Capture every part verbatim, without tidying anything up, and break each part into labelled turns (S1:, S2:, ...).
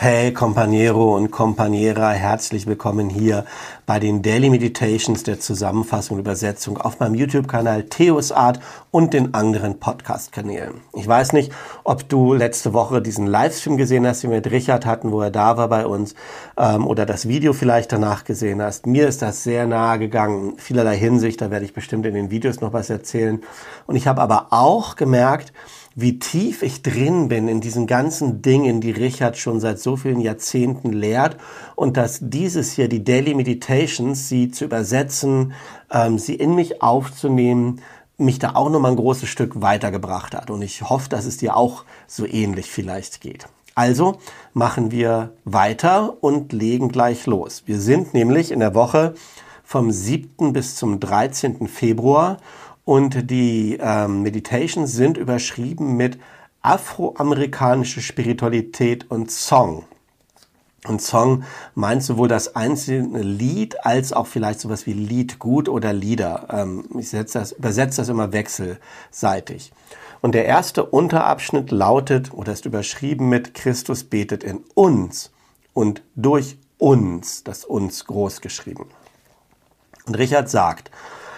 S1: Hey Companiero und Companiera, herzlich willkommen hier bei den Daily Meditations der Zusammenfassung und Übersetzung auf meinem YouTube-Kanal Theos Art und den anderen Podcast-Kanälen. Ich weiß nicht, ob du letzte Woche diesen Livestream gesehen hast, den wir mit Richard hatten, wo er da war bei uns, ähm, oder das Video vielleicht danach gesehen hast. Mir ist das sehr nahe gegangen, in vielerlei Hinsicht, da werde ich bestimmt in den Videos noch was erzählen. Und ich habe aber auch gemerkt, wie tief ich drin bin in diesen ganzen Dingen, die Richard schon seit so vielen Jahrzehnten lehrt, und dass dieses hier, die Daily Meditations, sie zu übersetzen, ähm, sie in mich aufzunehmen, mich da auch nochmal ein großes Stück weitergebracht hat. Und ich hoffe, dass es dir auch so ähnlich vielleicht geht. Also machen wir weiter und legen gleich los. Wir sind nämlich in der Woche vom siebten bis zum dreizehnten Februar. Und die ähm, Meditations sind überschrieben mit afroamerikanische Spiritualität und Song. Und Song meint sowohl das einzelne Lied als auch vielleicht sowas wie Liedgut oder Lieder. Ähm, ich setze das, übersetze das immer wechselseitig. Und der erste Unterabschnitt lautet oder ist überschrieben mit Christus betet in uns und durch uns, das uns groß geschrieben. Und Richard sagt: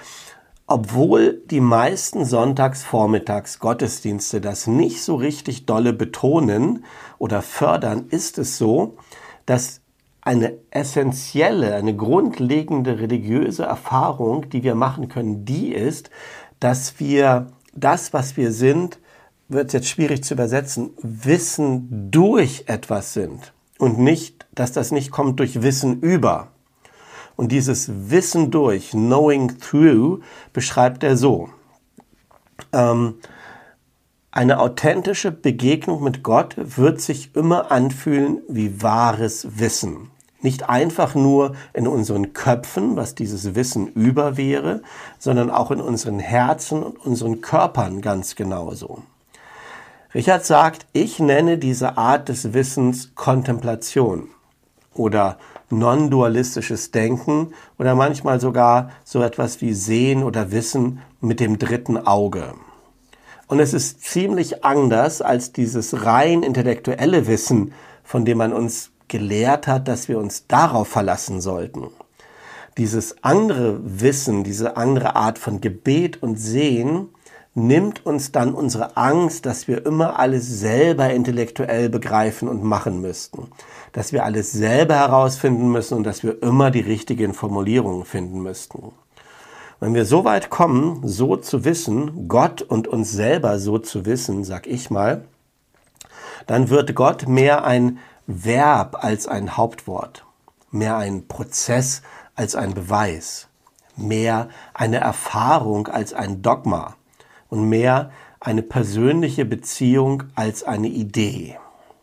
S1: Obwohl die meisten Sonntagsvormittags Gottesdienste das nicht so richtig dolle betonen oder fördern, ist es so, dass eine essentielle, eine grundlegende religiöse Erfahrung, die wir machen können, die ist, dass wir das, was wir sind, wird jetzt schwierig zu übersetzen, Wissen durch etwas sind und nicht, dass das nicht kommt durch Wissen über. Und dieses Wissen durch, Knowing Through, beschreibt er so. Ähm, eine authentische Begegnung mit Gott wird sich immer anfühlen wie wahres Wissen. Nicht einfach nur in unseren Köpfen, was dieses Wissen über wäre, sondern auch in unseren Herzen und unseren Körpern ganz genauso. Richard sagt, ich nenne diese Art des Wissens Kontemplation oder non-dualistisches Denken oder manchmal sogar so etwas wie Sehen oder Wissen mit dem dritten Auge. Und es ist ziemlich anders als dieses rein intellektuelle Wissen, von dem man uns gelehrt hat, dass wir uns darauf verlassen sollten. Dieses andere Wissen, diese andere Art von Gebet und Sehen nimmt uns dann unsere Angst, dass wir immer alles selber intellektuell begreifen und machen müssten. Dass wir alles selber herausfinden müssen und dass wir immer die richtigen Formulierungen finden müssten. Wenn wir so weit kommen, so zu wissen, Gott und uns selber so zu wissen, sag ich mal, dann wird Gott mehr ein Verb als ein Hauptwort, mehr ein Prozess als ein Beweis, mehr eine Erfahrung als ein Dogma und mehr eine persönliche Beziehung als eine Idee.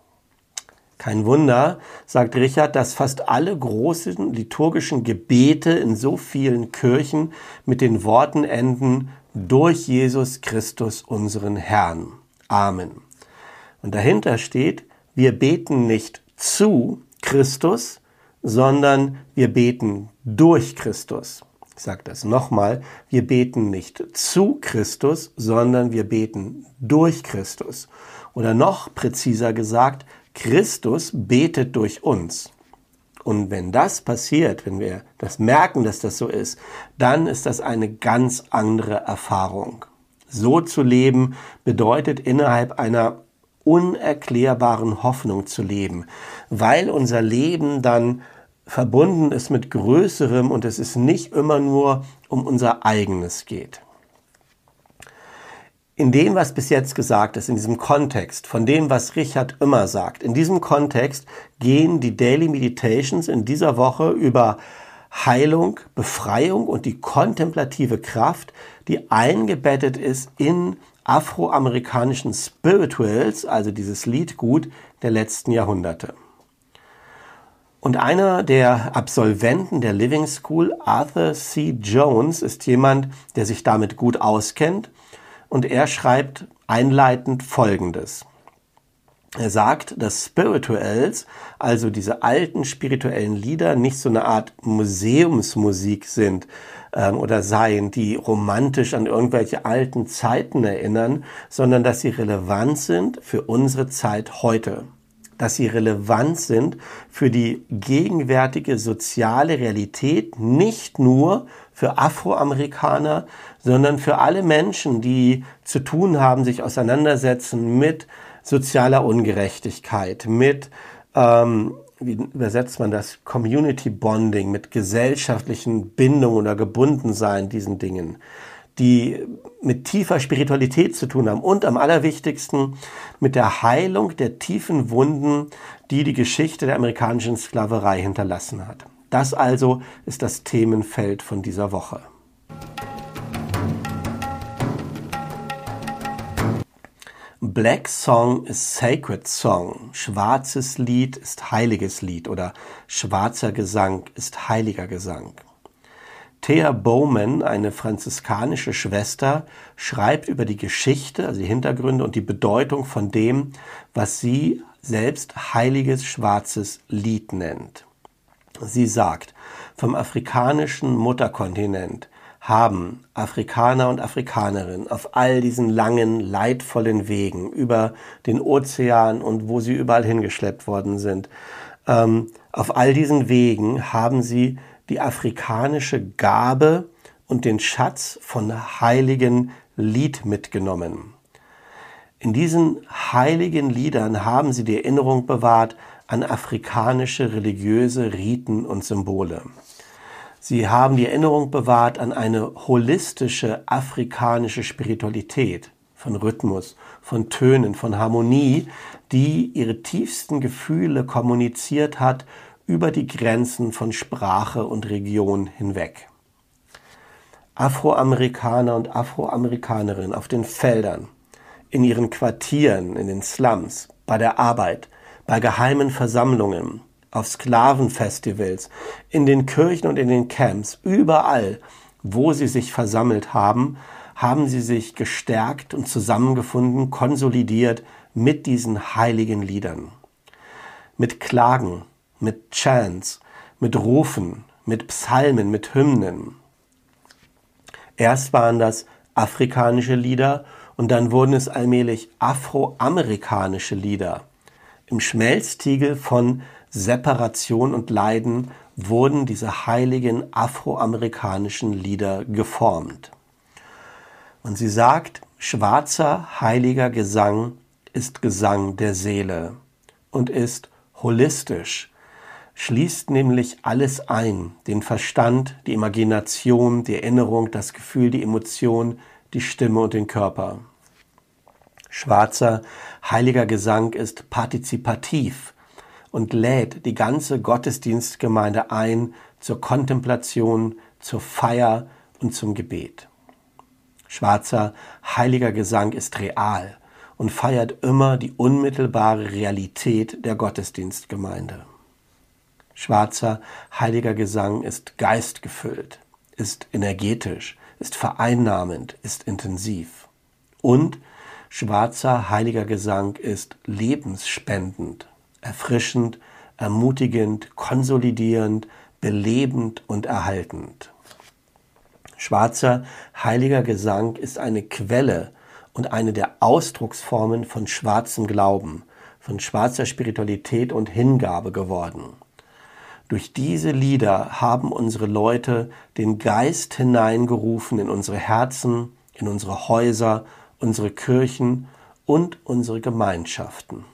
S1: Kein Wunder, sagt Richard, dass fast alle großen liturgischen Gebete in so vielen Kirchen mit den Worten enden: durch Jesus Christus, unseren Herrn. Amen. Und dahinter steht, wir beten nicht zu Christus, sondern wir beten durch Christus. Ich sage das nochmal, wir beten nicht zu Christus, sondern wir beten durch Christus. Oder noch präziser gesagt, Christus betet durch uns. Und wenn das passiert, wenn wir das merken, dass das so ist, dann ist das eine ganz andere Erfahrung. So zu leben bedeutet, innerhalb einer unerklärbaren Hoffnung zu leben, weil unser Leben dann verbunden ist mit Größerem und es ist nicht immer nur um unser Eigenes geht. In dem, was bis jetzt gesagt ist, in diesem Kontext, von dem, was Richard immer sagt, in diesem Kontext gehen die Daily Meditations in dieser Woche über Heilung, Befreiung und die kontemplative Kraft, die eingebettet ist in afroamerikanischen Spirituals, also dieses Liedgut der letzten Jahrhunderte. Und einer der Absolventen der Living School, Arthur C. Jones, ist jemand, der sich damit gut auskennt. Und er schreibt einleitend Folgendes. Er sagt, dass Spirituals, also diese alten spirituellen Lieder, nicht so eine Art Museumsmusik sind ähm, oder seien, die romantisch an irgendwelche alten Zeiten erinnern, sondern dass sie relevant sind für unsere Zeit heute. dass sie relevant sind für die gegenwärtige soziale Realität, nicht nur für Afroamerikaner, sondern für alle Menschen, die zu tun haben, sich auseinandersetzen mit sozialer Ungerechtigkeit, mit, ähm, wie übersetzt man das, Community Bonding, mit gesellschaftlichen Bindungen oder Gebundensein, diesen Dingen, die mit tiefer Spiritualität zu tun haben und am allerwichtigsten mit der Heilung der tiefen Wunden, die die Geschichte der amerikanischen Sklaverei hinterlassen hat. Das also ist das Themenfeld von dieser Woche. Black Song is Sacred Song. Schwarzes Lied ist heiliges Lied oder schwarzer Gesang ist heiliger Gesang. Thea Bowman, eine franziskanische Schwester, schreibt über die Geschichte, also die Hintergründe und die Bedeutung von dem, was sie selbst heiliges schwarzes Lied nennt. Sie sagt, vom afrikanischen Mutterkontinent haben Afrikaner und Afrikanerinnen auf all diesen langen, leidvollen Wegen über den Ozean und wo sie überall hingeschleppt worden sind, ähm, auf all diesen Wegen haben sie die afrikanische Gabe und den Schatz von heiligen Lied mitgenommen. In diesen heiligen Liedern haben sie die Erinnerung bewahrt an afrikanische religiöse Riten und Symbole. Sie haben die Erinnerung bewahrt an eine holistische afrikanische Spiritualität von Rhythmus, von Tönen, von Harmonie, die ihre tiefsten Gefühle kommuniziert hat über die Grenzen von Sprache und Region hinweg. Afroamerikaner und Afroamerikanerinnen auf den Feldern, in ihren Quartieren, in den Slums, bei der Arbeit, bei geheimen Versammlungen, auf Sklavenfestivals, in den Kirchen und in den Camps, überall, wo sie sich versammelt haben, haben sie sich gestärkt und zusammengefunden, konsolidiert mit diesen heiligen Liedern. Mit Klagen, mit Chants, mit Rufen, mit Psalmen, mit Hymnen. Erst waren das afrikanische Lieder und dann wurden es allmählich afroamerikanische Lieder. Im Schmelztiegel von Separation und Leiden wurden diese heiligen afroamerikanischen Lieder geformt. Und sie sagt, schwarzer heiliger Gesang ist Gesang der Seele und ist holistisch, schließt nämlich alles ein, den Verstand, die Imagination, die Erinnerung, das Gefühl, die Emotion, die Stimme und den Körper. Schwarzer heiliger Gesang ist partizipativ und lädt die ganze Gottesdienstgemeinde ein zur Kontemplation, zur Feier und zum Gebet. Schwarzer heiliger Gesang ist real und feiert immer die unmittelbare Realität der Gottesdienstgemeinde. Schwarzer heiliger Gesang ist geistgefüllt, ist energetisch, ist vereinnahmend, ist intensiv. Und schwarzer heiliger Gesang ist lebensspendend, erfrischend, ermutigend, konsolidierend, belebend und erhaltend. Schwarzer heiliger Gesang ist eine Quelle und eine der Ausdrucksformen von schwarzem Glauben, von schwarzer Spiritualität und Hingabe geworden. Durch diese Lieder haben unsere Leute den Geist hineingerufen in unsere Herzen, in unsere Häuser, unsere Kirchen und unsere Gemeinschaften.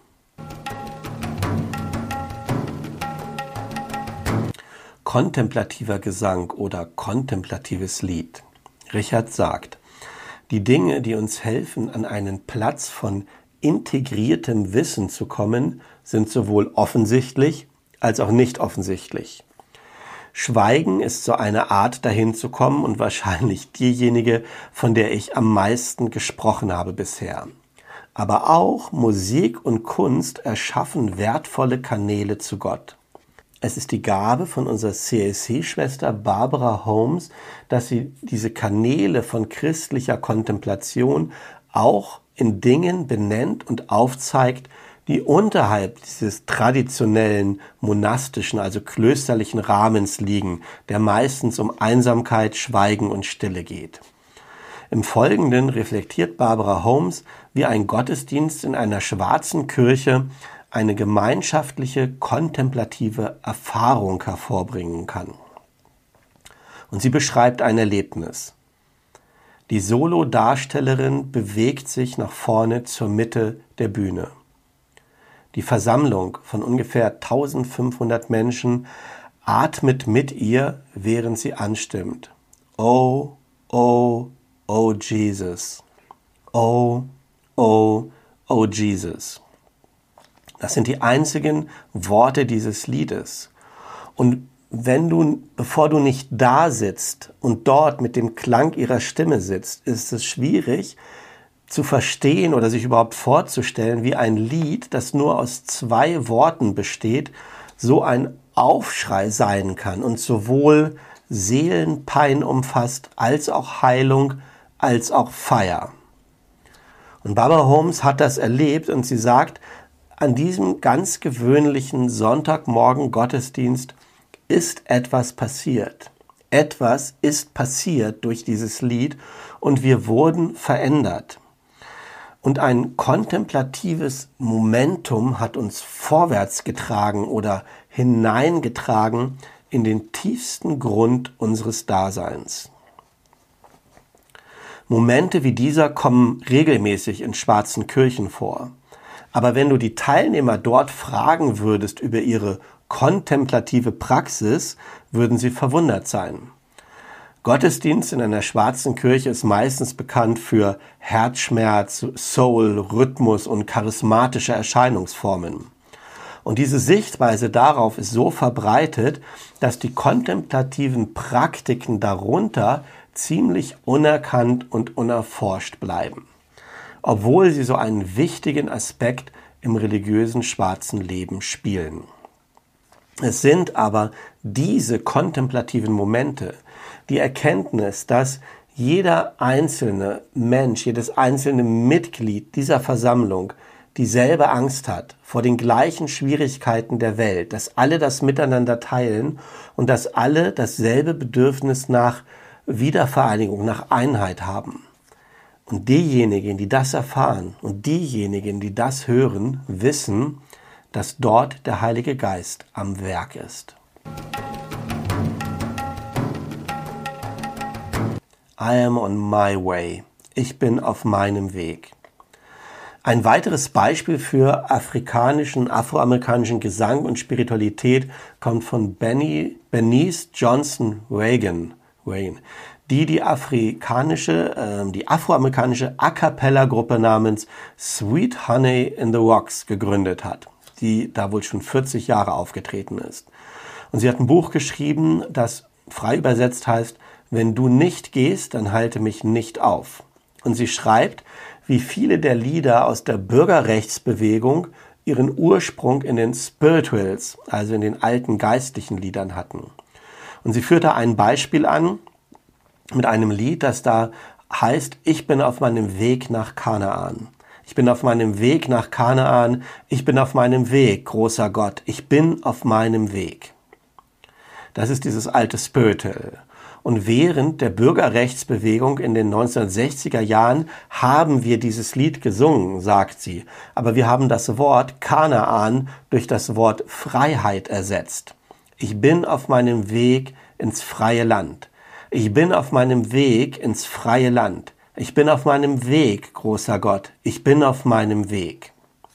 S1: Kontemplativer Gesang oder kontemplatives Lied. Richard sagt, die Dinge, die uns helfen, an einen Platz von integriertem Wissen zu kommen, sind sowohl offensichtlich als auch nicht offensichtlich. Schweigen ist so eine Art, dahin zu kommen und wahrscheinlich diejenige, von der ich am meisten gesprochen habe bisher. Aber auch Musik und Kunst erschaffen wertvolle Kanäle zu Gott. Es ist die Gabe von unserer C A C-Schwester Barbara Holmes, dass sie diese Kanäle von christlicher Kontemplation auch in Dingen benennt und aufzeigt, die unterhalb dieses traditionellen monastischen, also klösterlichen Rahmens liegen, der meistens um Einsamkeit, Schweigen und Stille geht. Im Folgenden reflektiert Barbara Holmes, wie ein Gottesdienst in einer schwarzen Kirche eine gemeinschaftliche, kontemplative Erfahrung hervorbringen kann. Und sie beschreibt ein Erlebnis. Die Solo-Darstellerin bewegt sich nach vorne zur Mitte der Bühne. Die Versammlung von ungefähr eintausendfünfhundert Menschen atmet mit ihr, während sie anstimmt. Oh, oh, oh Jesus. Oh, oh, oh Jesus. Das sind die einzigen Worte dieses Liedes. Und wenn du, bevor du nicht da sitzt und dort mit dem Klang ihrer Stimme sitzt, ist es schwierig zu verstehen oder sich überhaupt vorzustellen, wie ein Lied, das nur aus zwei Worten besteht, so ein Aufschrei sein kann und sowohl Seelenpein umfasst, als auch Heilung, als auch Feier. Und Barbara Holmes hat das erlebt und sie sagt, an diesem ganz gewöhnlichen Sonntagmorgen Gottesdienst ist etwas passiert. Etwas ist passiert durch dieses Lied und wir wurden verändert. Und ein kontemplatives Momentum hat uns vorwärts getragen oder hineingetragen in den tiefsten Grund unseres Daseins. Momente wie dieser kommen regelmäßig in schwarzen Kirchen vor. Aber wenn du die Teilnehmer dort fragen würdest über ihre kontemplative Praxis, würden sie verwundert sein. Gottesdienst in einer schwarzen Kirche ist meistens bekannt für Herzschmerz, Soul, Rhythmus und charismatische Erscheinungsformen. Und diese Sichtweise darauf ist so verbreitet, dass die kontemplativen Praktiken darunter ziemlich unerkannt und unerforscht bleiben, obwohl sie so einen wichtigen Aspekt im religiösen schwarzen Leben spielen. Es sind aber diese kontemplativen Momente, die Erkenntnis, dass jeder einzelne Mensch, jedes einzelne Mitglied dieser Versammlung dieselbe Angst hat vor den gleichen Schwierigkeiten der Welt, dass alle das miteinander teilen und dass alle dasselbe Bedürfnis nach Wiedervereinigung, nach Einheit haben. Und diejenigen, die das erfahren und diejenigen, die das hören, wissen, dass dort der Heilige Geist am Werk ist. I am on my way. Ich bin auf meinem Weg. Ein weiteres Beispiel für afrikanischen, afroamerikanischen Gesang und Spiritualität kommt von Benny, Bernice Johnson Reagan, Reagan, die die afrikanische, äh, die afroamerikanische A-Cappella-Gruppe namens Sweet Honey in the Rocks gegründet hat, die da wohl schon vierzig Jahre aufgetreten ist. Und sie hat ein Buch geschrieben, das frei übersetzt heißt, wenn du nicht gehst, dann halte mich nicht auf. Und sie schreibt, wie viele der Lieder aus der Bürgerrechtsbewegung ihren Ursprung in den Spirituals, also in den alten geistlichen Liedern hatten. Und sie führte ein Beispiel an mit einem Lied, das da heißt, ich bin auf meinem Weg nach Kanaan. Ich bin auf meinem Weg nach Kanaan. Ich bin auf meinem Weg, großer Gott. Ich bin auf meinem Weg. Das ist dieses alte Spiritual. Und während der Bürgerrechtsbewegung in den neunzehnhundertsechziger Jahren haben wir dieses Lied gesungen, sagt sie. Aber wir haben das Wort Kanaan durch das Wort Freiheit ersetzt. Ich bin auf meinem Weg ins freie Land. Ich bin auf meinem Weg ins freie Land. Ich bin auf meinem Weg, großer Gott. Ich bin auf meinem Weg.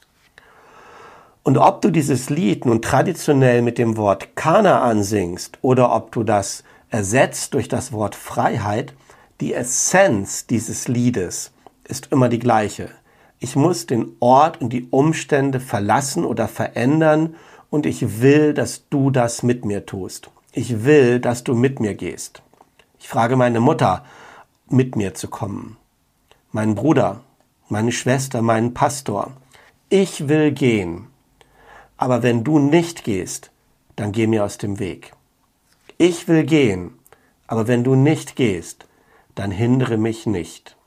S1: Und ob du dieses Lied nun traditionell mit dem Wort Kanaan singst oder ob du das ersetzt durch das Wort Freiheit, die Essenz dieses Liedes ist immer die gleiche. Ich muss den Ort und die Umstände verlassen oder verändern und ich will, dass du das mit mir tust. Ich will, dass du mit mir gehst. Ich frage meine Mutter, mit mir zu kommen. Meinen Bruder, meine Schwester, meinen Pastor. Ich will gehen. Aber wenn du nicht gehst, dann geh mir aus dem Weg. Ich will gehen, aber wenn du nicht gehst, dann hindere mich nicht.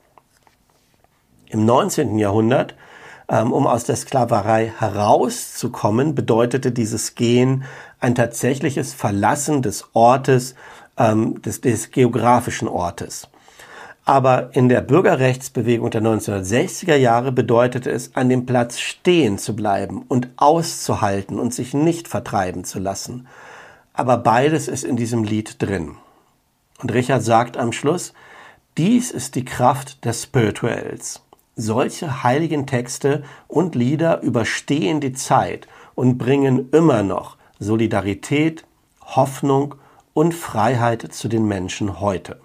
S1: Im neunzehnten Jahrhundert, ähm, um aus der Sklaverei herauszukommen, bedeutete dieses Gehen ein tatsächliches Verlassen des Ortes, ähm, des, des geografischen Ortes. Aber in der Bürgerrechtsbewegung der neunzehnhundertsechziger Jahre bedeutete es, an dem Platz stehen zu bleiben und auszuhalten und sich nicht vertreiben zu lassen. Aber beides ist in diesem Lied drin. Und Richard sagt am Schluss, dies ist die Kraft des Spirituals. Solche heiligen Texte und Lieder überstehen die Zeit und bringen immer noch Solidarität, Hoffnung und Freiheit zu den Menschen heute.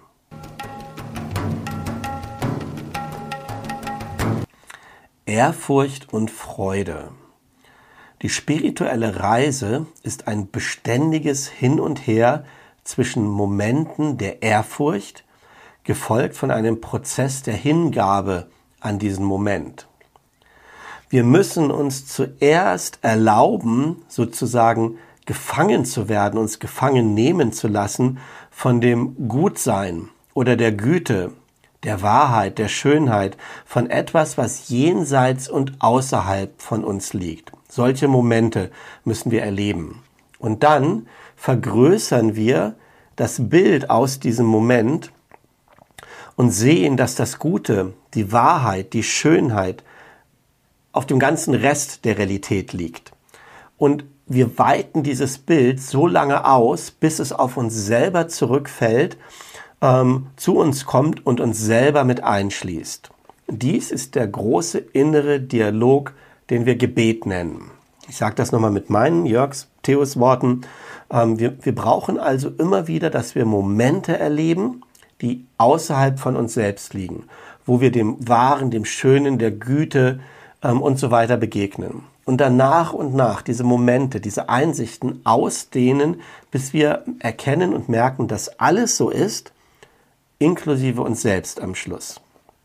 S1: Ehrfurcht und Freude. Die spirituelle Reise ist ein beständiges Hin und Her zwischen Momenten der Ehrfurcht, gefolgt von einem Prozess der Hingabe an diesen Moment. Wir müssen uns zuerst erlauben, sozusagen gefangen zu werden, uns gefangen nehmen zu lassen von dem Gutsein oder der Güte, der Wahrheit, der Schönheit, von etwas, was jenseits und außerhalb von uns liegt. Solche Momente müssen wir erleben. Und dann vergrößern wir das Bild aus diesem Moment und sehen, dass das Gute, die Wahrheit, die Schönheit auf dem ganzen Rest der Realität liegt. Und wir weiten dieses Bild so lange aus, bis es auf uns selber zurückfällt, ähm, zu uns kommt und uns selber mit einschließt. Dies ist der große innere Dialog, den wir Gebet nennen. Ich sage das nochmal mit meinen, Jörgs, Theos Worten. Ähm, wir, wir brauchen also immer wieder, dass wir Momente erleben, die außerhalb von uns selbst liegen, wo wir dem Wahren, dem Schönen, der Güte ähm, und so weiter begegnen. Und dann nach und nach diese Momente, diese Einsichten ausdehnen, bis wir erkennen und merken, dass alles so ist, inklusive uns selbst am Schluss.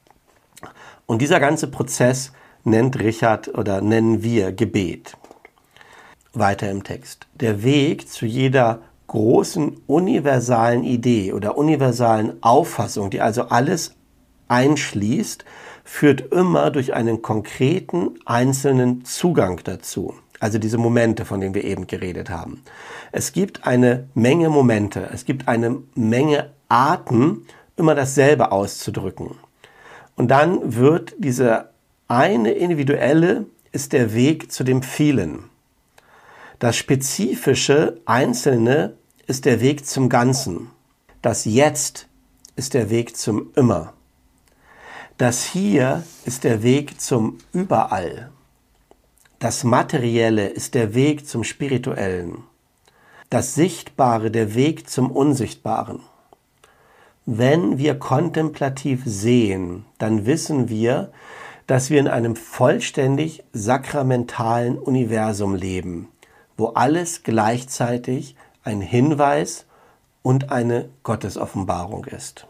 S1: Und dieser ganze Prozess nennt Richard oder nennen wir Gebet. Weiter im Text. Der Weg zu jeder großen universalen Idee oder universalen Auffassung, die also alles einschließt, führt immer durch einen konkreten, einzelnen Zugang dazu. Also diese Momente, von denen wir eben geredet haben. Es gibt eine Menge Momente, es gibt eine Menge Arten, immer dasselbe auszudrücken. Und dann wird diese eine individuelle, ist der Weg zu dem Vielen. Das spezifische, Einzelne ist der Weg zum Ganzen. Das Jetzt ist der Weg zum Immer. Das Hier ist der Weg zum Überall. Das Materielle ist der Weg zum Spirituellen. Das Sichtbare der Weg zum Unsichtbaren. Wenn wir kontemplativ sehen, dann wissen wir, dass wir in einem vollständig sakramentalen Universum leben, wo alles gleichzeitig ein Hinweis und eine Gottesoffenbarung ist.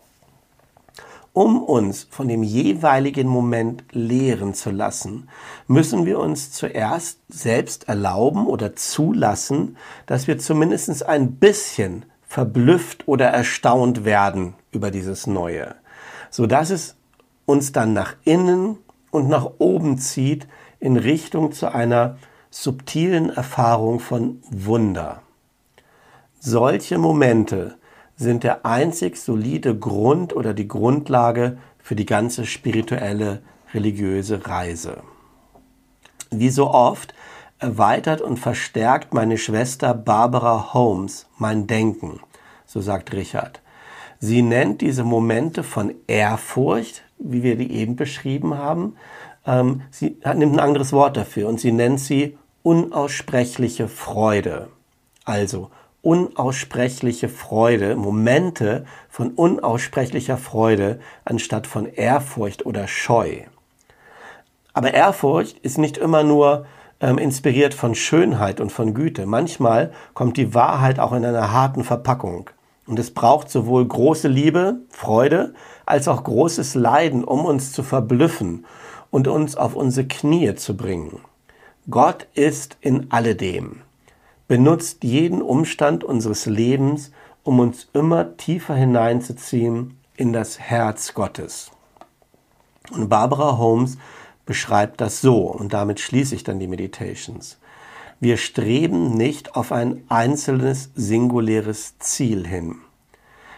S1: Um uns von dem jeweiligen Moment lehren zu lassen, müssen wir uns zuerst selbst erlauben oder zulassen, dass wir zumindest ein bisschen verblüfft oder erstaunt werden über dieses Neue, sodass es uns dann nach innen und nach oben zieht in Richtung zu einer subtilen Erfahrung von Wunder. Solche Momente sind der einzig solide Grund oder die Grundlage für die ganze spirituelle, religiöse Reise. Wie so oft erweitert und verstärkt meine Schwester Barbara Holmes mein Denken, so sagt Richard. Sie nennt diese Momente von Ehrfurcht, wie wir die eben beschrieben haben, ähm, sie nimmt ein anderes Wort dafür und sie nennt sie unaussprechliche Freude. Also unaussprechliche Freude, Momente von unaussprechlicher Freude anstatt von Ehrfurcht oder Scheu. Aber Ehrfurcht ist nicht immer nur ähm, inspiriert von Schönheit und von Güte. Manchmal kommt die Wahrheit auch in einer harten Verpackung. Und es braucht sowohl große Liebe, Freude, als auch großes Leiden, um uns zu verblüffen und uns auf unsere Knie zu bringen. Gott ist in alledem, benutzt jeden Umstand unseres Lebens, um uns immer tiefer hineinzuziehen in das Herz Gottes. Und Barbara Holmes beschreibt das so, und damit schließe ich dann die Meditations. Wir streben nicht auf ein einzelnes, singuläres Ziel hin.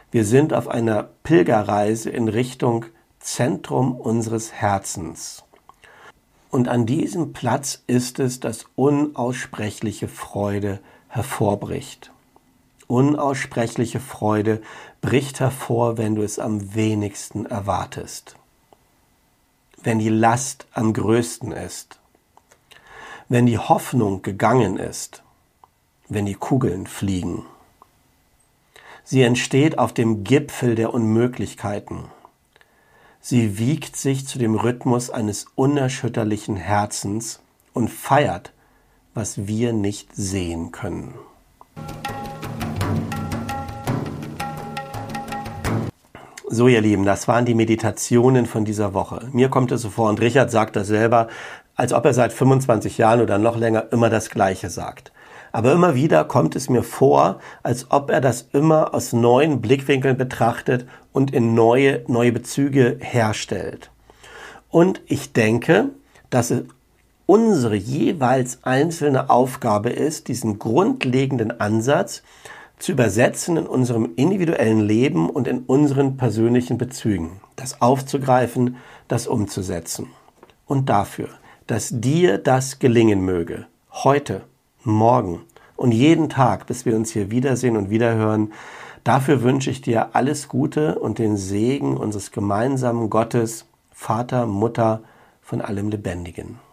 S1: Wir sind auf einer Pilgerreise in Richtung Zentrum unseres Herzens. Und an diesem Platz ist es, dass unaussprechliche Freude hervorbricht. Unaussprechliche Freude bricht hervor, wenn du es am wenigsten erwartest. Wenn die Last am größten ist. Wenn die Hoffnung gegangen ist. Wenn die Kugeln fliegen. Sie entsteht auf dem Gipfel der Unmöglichkeiten. Sie wiegt sich zu dem Rhythmus eines unerschütterlichen Herzens und feiert, was wir nicht sehen können. So, ihr Lieben, das waren die Meditationen von dieser Woche. Mir kommt es so vor, und Richard sagt das selber, als ob er seit fünfundzwanzig Jahren oder noch länger immer das Gleiche sagt. Aber immer wieder kommt es mir vor, als ob er das immer aus neuen Blickwinkeln betrachtet und in neue, neue Bezüge herstellt. Und ich denke, dass es unsere jeweils einzelne Aufgabe ist, diesen grundlegenden Ansatz zu übersetzen in unserem individuellen Leben und in unseren persönlichen Bezügen. Das aufzugreifen, das umzusetzen. Und dafür, dass dir das gelingen möge, heute, morgen und jeden Tag, bis wir uns hier wiedersehen und wiederhören, dafür wünsche ich dir alles Gute und den Segen unseres gemeinsamen Gottes, Vater, Mutter, von allem Lebendigen.